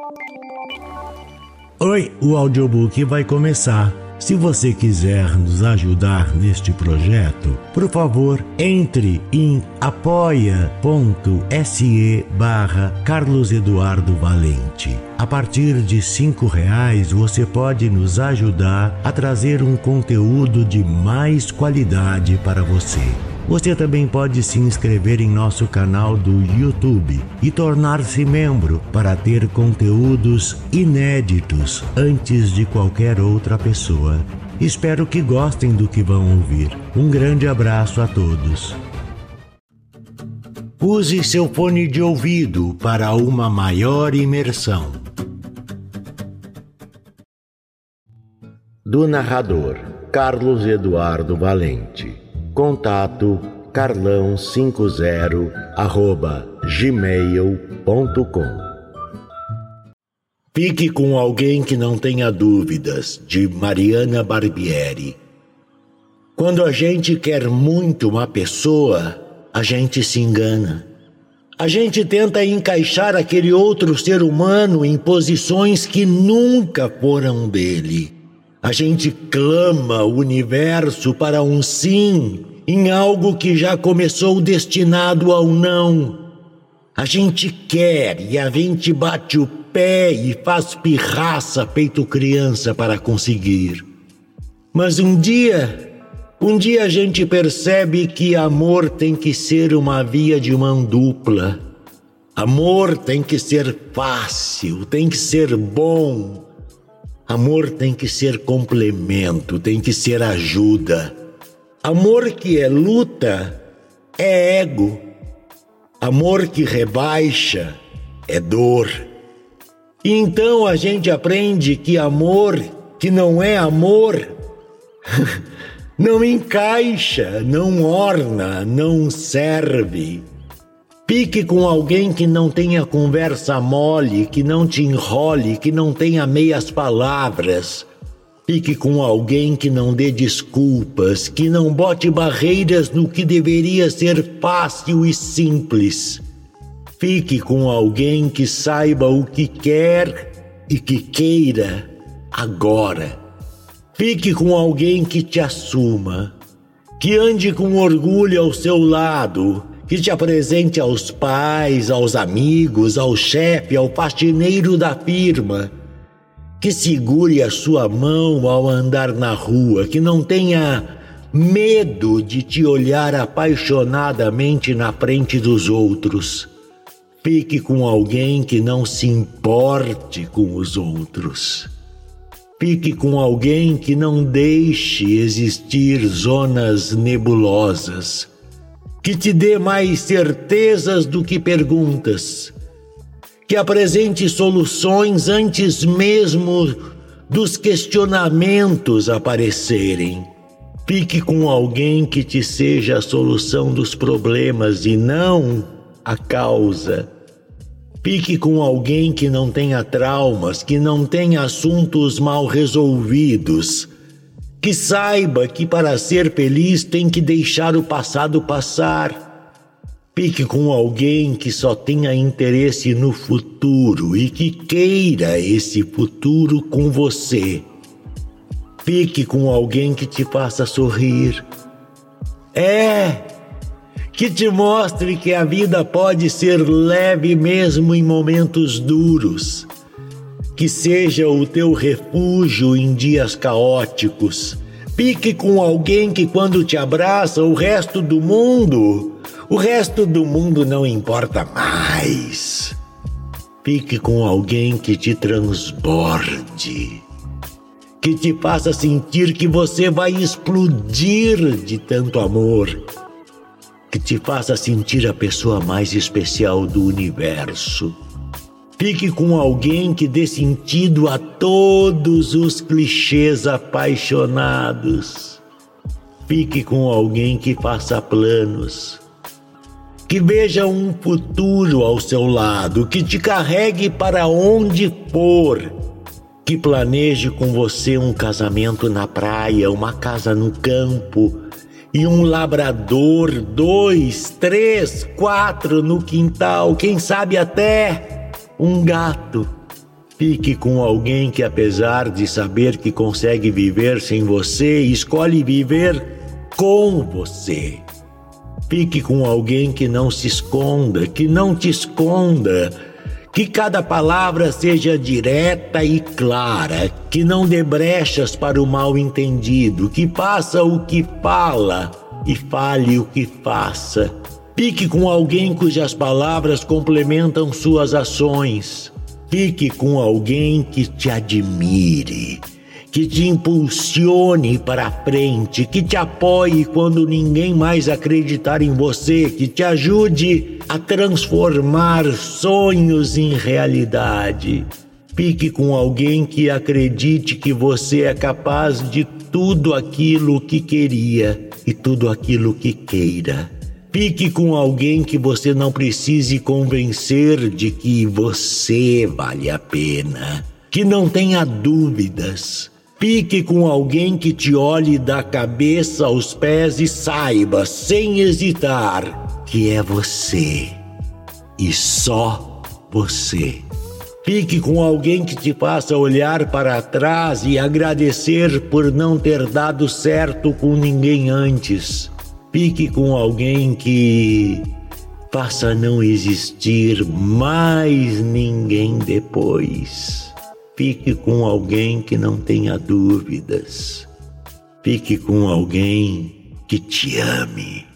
Oi, o audiobook vai começar. Se você quiser nos ajudar neste projeto, por favor, entre em apoia.se/Carlos Eduardo Valente. A partir de R$5 você pode nos ajudar a trazer um conteúdo de mais qualidade para você. Você também pode se inscrever em nosso canal do YouTube e tornar-se membro para ter conteúdos inéditos antes de qualquer outra pessoa. Espero que gostem do que vão ouvir. Um grande abraço a todos. Use seu fone de ouvido para uma maior imersão. Do narrador Carlos Eduardo Valente. Contato carlão50@gmail.com. Fique com alguém que não tenha dúvidas, de Mariana Barbieri. Quando a gente quer muito uma pessoa, a gente se engana. A gente tenta encaixar aquele outro ser humano em posições que nunca foram dele. A gente clama o universo para um sim em algo que já começou destinado ao não. A gente quer e a gente bate o pé e faz pirraça feito criança para conseguir. Mas um dia a gente percebe que amor tem que ser uma via de mão dupla. Amor tem que ser fácil, tem que ser bom. Amor tem que ser complemento, tem que ser ajuda. Amor que é luta é ego. Amor que rebaixa é dor. E então a gente aprende que amor que não é amor não encaixa, não orna, não serve. Fique com alguém que não tenha conversa mole, que não te enrole, que não tenha meias palavras. Fique com alguém que não dê desculpas, que não bote barreiras no que deveria ser fácil e simples. Fique com alguém que saiba o que quer e que queira agora. Fique com alguém que te assuma, que ande com orgulho ao seu lado, que te apresente aos pais, aos amigos, ao chefe, ao faxineiro da firma, que segure a sua mão ao andar na rua, que não tenha medo de te olhar apaixonadamente na frente dos outros. Fique com alguém que não se importe com os outros. Fique com alguém que não deixe existir zonas nebulosas, que te dê mais certezas do que perguntas, que apresente soluções antes mesmo dos questionamentos aparecerem. Fique com alguém que te seja a solução dos problemas e não a causa. Fique com alguém que não tenha traumas, que não tenha assuntos mal resolvidos, que saiba que para ser feliz tem que deixar o passado passar. Fique com alguém que só tenha interesse no futuro e que queira esse futuro com você. Fique com alguém que te faça sorrir. Que te mostre que a vida pode ser leve mesmo em momentos duros. Que seja o teu refúgio em dias caóticos. Fique com alguém que quando te abraça, o resto do mundo não importa mais. Fique com alguém que te transborde, que te faça sentir que você vai explodir de tanto amor, que te faça sentir a pessoa mais especial do universo. Fique com alguém que dê sentido a todos os clichês apaixonados. Fique com alguém que faça planos, que veja um futuro ao seu lado, que te carregue para onde for, que planeje com você um casamento na praia, uma casa no campo e um labrador, 2, 3, 4 no quintal, quem sabe até um gato. Fique com alguém que, apesar de saber que consegue viver sem você, escolhe viver com você. Fique com alguém que não se esconda, que não te esconda, que cada palavra seja direta e clara, que não dê brechas para o mal-entendido, que faça o que fala e fale o que faça. Fique com alguém cujas palavras complementam suas ações. Fique com alguém que te admire, que te impulsione para a frente, que te apoie quando ninguém mais acreditar em você, que te ajude a transformar sonhos em realidade. Fique com alguém que acredite que você é capaz de tudo aquilo que queria e tudo aquilo que queira. Fique com alguém que você não precise convencer de que você vale a pena, que não tenha dúvidas. Fique com alguém que te olhe da cabeça aos pés e saiba, sem hesitar, que é você e só você. Fique com alguém que te faça olhar para trás e agradecer por não ter dado certo com ninguém antes. Fique com alguém que faça não existir mais ninguém depois. Fique com alguém que não tenha dúvidas. Fique com alguém que te ame.